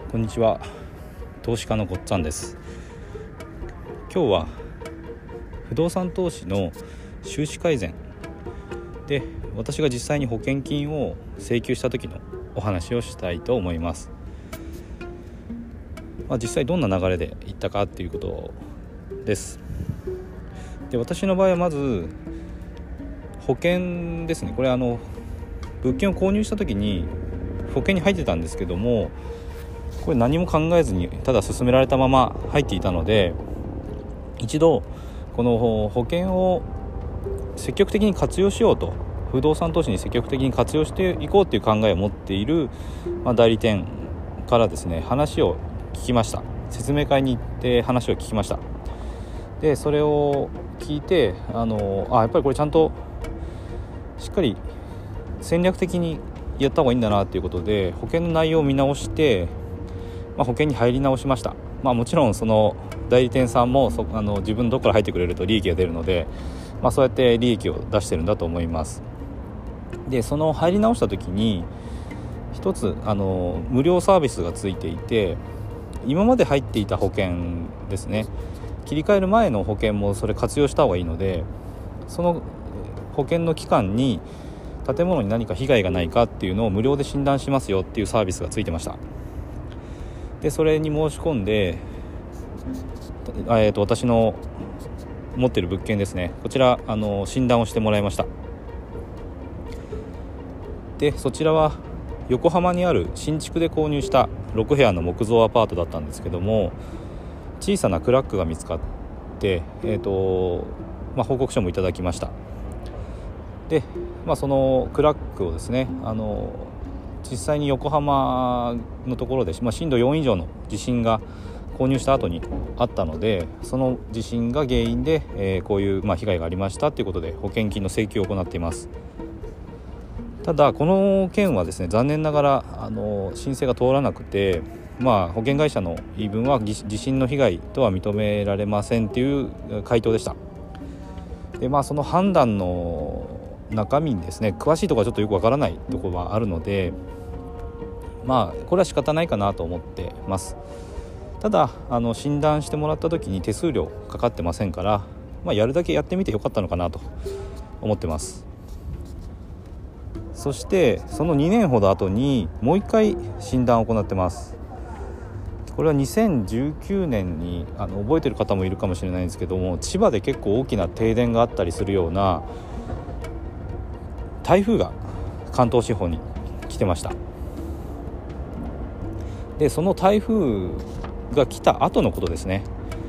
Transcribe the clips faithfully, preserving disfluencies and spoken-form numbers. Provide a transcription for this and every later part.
こんにちは。投資家のごっつぁんです。今日は不動産投資の収支改善で私が実際に保険金を請求した時のお話をしたいと思います。まあ、実際どんな流れでいったかっていうことです。で私の場合はまず保険ですね。これあの物件を購入した時に保険に入ってたんですけども、これ何も考えずにただ勧められたまま入っていたので、一度この保険を積極的に活用しようと、不動産投資に積極的に活用していこうという考えを持っている、まあ、代理店からですね話を聞きました。説明会に行って話を聞きました。でそれを聞いてあのあやっぱりこれちゃんとしっかり戦略的にやった方がいいんだなということで保険の内容を見直して、まあ、保険に入り直しました。まあ、もちろんその代理店さんもそあの自分のところから入ってくれると利益が出るので、まあ、そうやって利益を出してるんだと思います。でその入り直した時に一つあの無料サービスがついていて、今まで入っていた保険ですね、切り替える前の保険もそれ活用した方がいいので、その保険の期間に建物に何か被害がないかっていうのを無料で診断しますよっていうサービスがついてました。でそれに申し込んで、えーと、私の持っている物件ですね、こちらあの診断をしてもらいました。でそちらは横浜にある新築で購入したろく部屋の木造アパートだったんですけども、小さなクラックが見つかって、えーとまあ、報告書もいただきました。で、まあ、そのクラックをですねあの実際に横浜のところで、まあ、震度よん以上の地震が購入した後にあったので、その地震が原因で、えー、こういう、まあ、被害がありましたということで保険金の請求を行っています。ただこの件はですね残念ながらあの申請が通らなくて、まあ、保険会社の言い分は地震の被害とは認められませんという回答でした。で、まあ、その判断の中身にですね詳しいところはちょっとよくわからないところはあるので、まあこれは仕方ないかなと思ってます。ただあの診断してもらった時に手数料かかってませんから、まあ、やるだけやってみてよかったのかなと思ってます。そしてそのにねんほど後にもう一回診断を行ってます。これはにせんじゅうきゅうねんにあの覚えてる方もいるかもしれないんですけども、千葉で結構大きな停電があったりするような台風が関東地方に来てました。でその台風が来た後のことですね。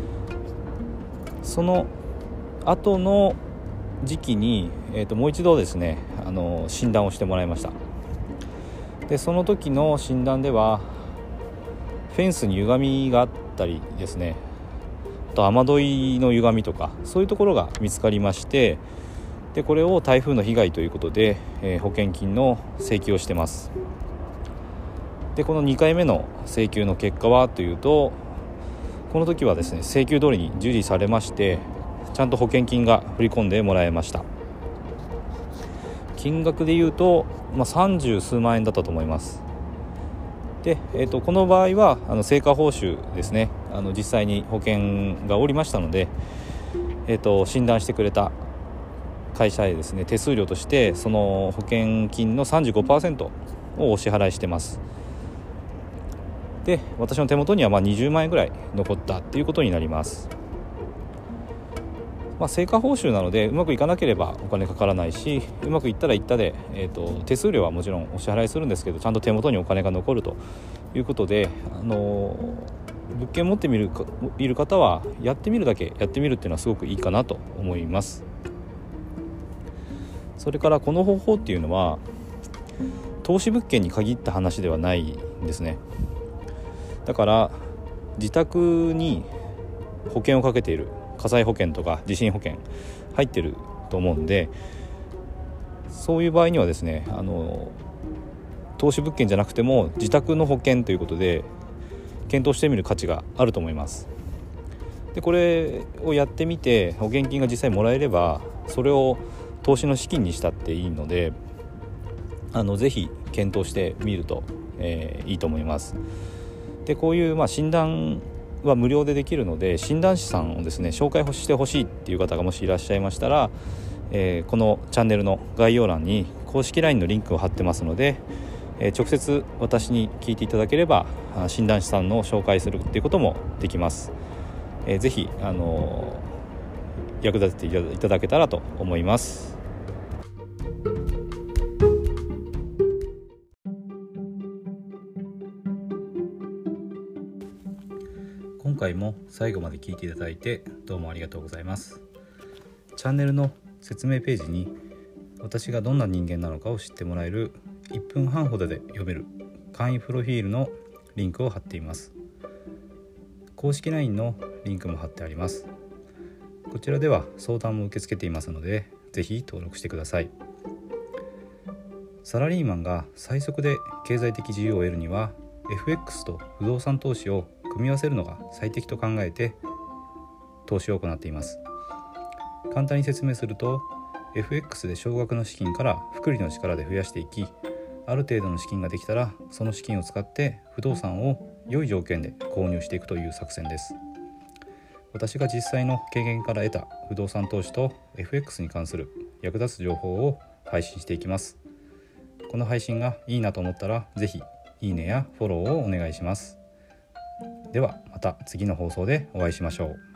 その後の時期に、えーと、もう一度ですねあの診断をしてもらいました。でその時の診断ではフェンスに歪みがあったりですね、あと雨どいの歪みとかそういうところが見つかりまして、でこれを台風の被害ということで、えー、保険金の請求をしてます。でこのにかいめの請求の結果はというと、この時はですね請求通りに受理されまして、ちゃんと保険金が振り込んでもらえました。金額でいうと、まあ、さんじゅうすうまんえんだったと思います。で、えーと、この場合はあの成果報酬ですね、あの実際に保険がおりましたので、えーと、診断してくれた会社へですね手数料としてその保険金の さんじゅうごパーセント をお支払いしてます。で私の手元にはまあにじゅうまんえんぐらい残ったということになります。まあ、成果報酬なのでうまくいかなければお金かからないし、うまくいったらいったで、えーと、手数料はもちろんお支払いするんですけど、ちゃんと手元にお金が残るということで、あのー、物件持ってみるかいる方はやってみるだけやってみるっていうのはすごくいいかなと思います。それからこの方法っていうのは投資物件に限った話ではないんですね。だから自宅に保険をかけている火災保険とか地震保険入ってると思うんで、そういう場合にはですねあの投資物件じゃなくても自宅の保険ということで検討してみる価値があると思います。でこれをやってみて保険金が実際もらえればそれを投資の資金にしたっていいので、あのぜひ検討してみると、えー、いいと思います。ででこういうまあ診断は無料でできるので、診断士さんをですね紹介してほしいっていう方がもしいらっしゃいましたら、えー、このチャンネルの概要欄に公式 ライン のリンクを貼ってますので、えー、直接私に聞いていただければ診断士さんの紹介するっていうこともできます。えー、ぜひ、あのー、役立てていただけたらと思います。今回も最後まで聞いていただいてどうもありがとうございます。チャンネルの説明ページに私がどんな人間なのかを知ってもらえるいっぷんはんほどで読める簡易プロフィールのリンクを貼っています。公式 ライン のリンクも貼ってあります。こちらでは相談も受け付けていますので、ぜひ登録してください。サラリーマンが最速で経済的自由を得るには エフエックス と不動産投資を組み合わせるのが最適と考えて投資を行っています。簡単に説明すると、 エフエックス で少額の資金から複利の力で増やしていき、ある程度の資金ができたらその資金を使って不動産を良い条件で購入していくという作戦です。私が実際の経験から得た不動産投資と エフエックス に関する役立つ情報を配信していきます。この配信がいいなと思ったらぜひいいねやフォローをお願いします。ではまた次の放送でお会いしましょう。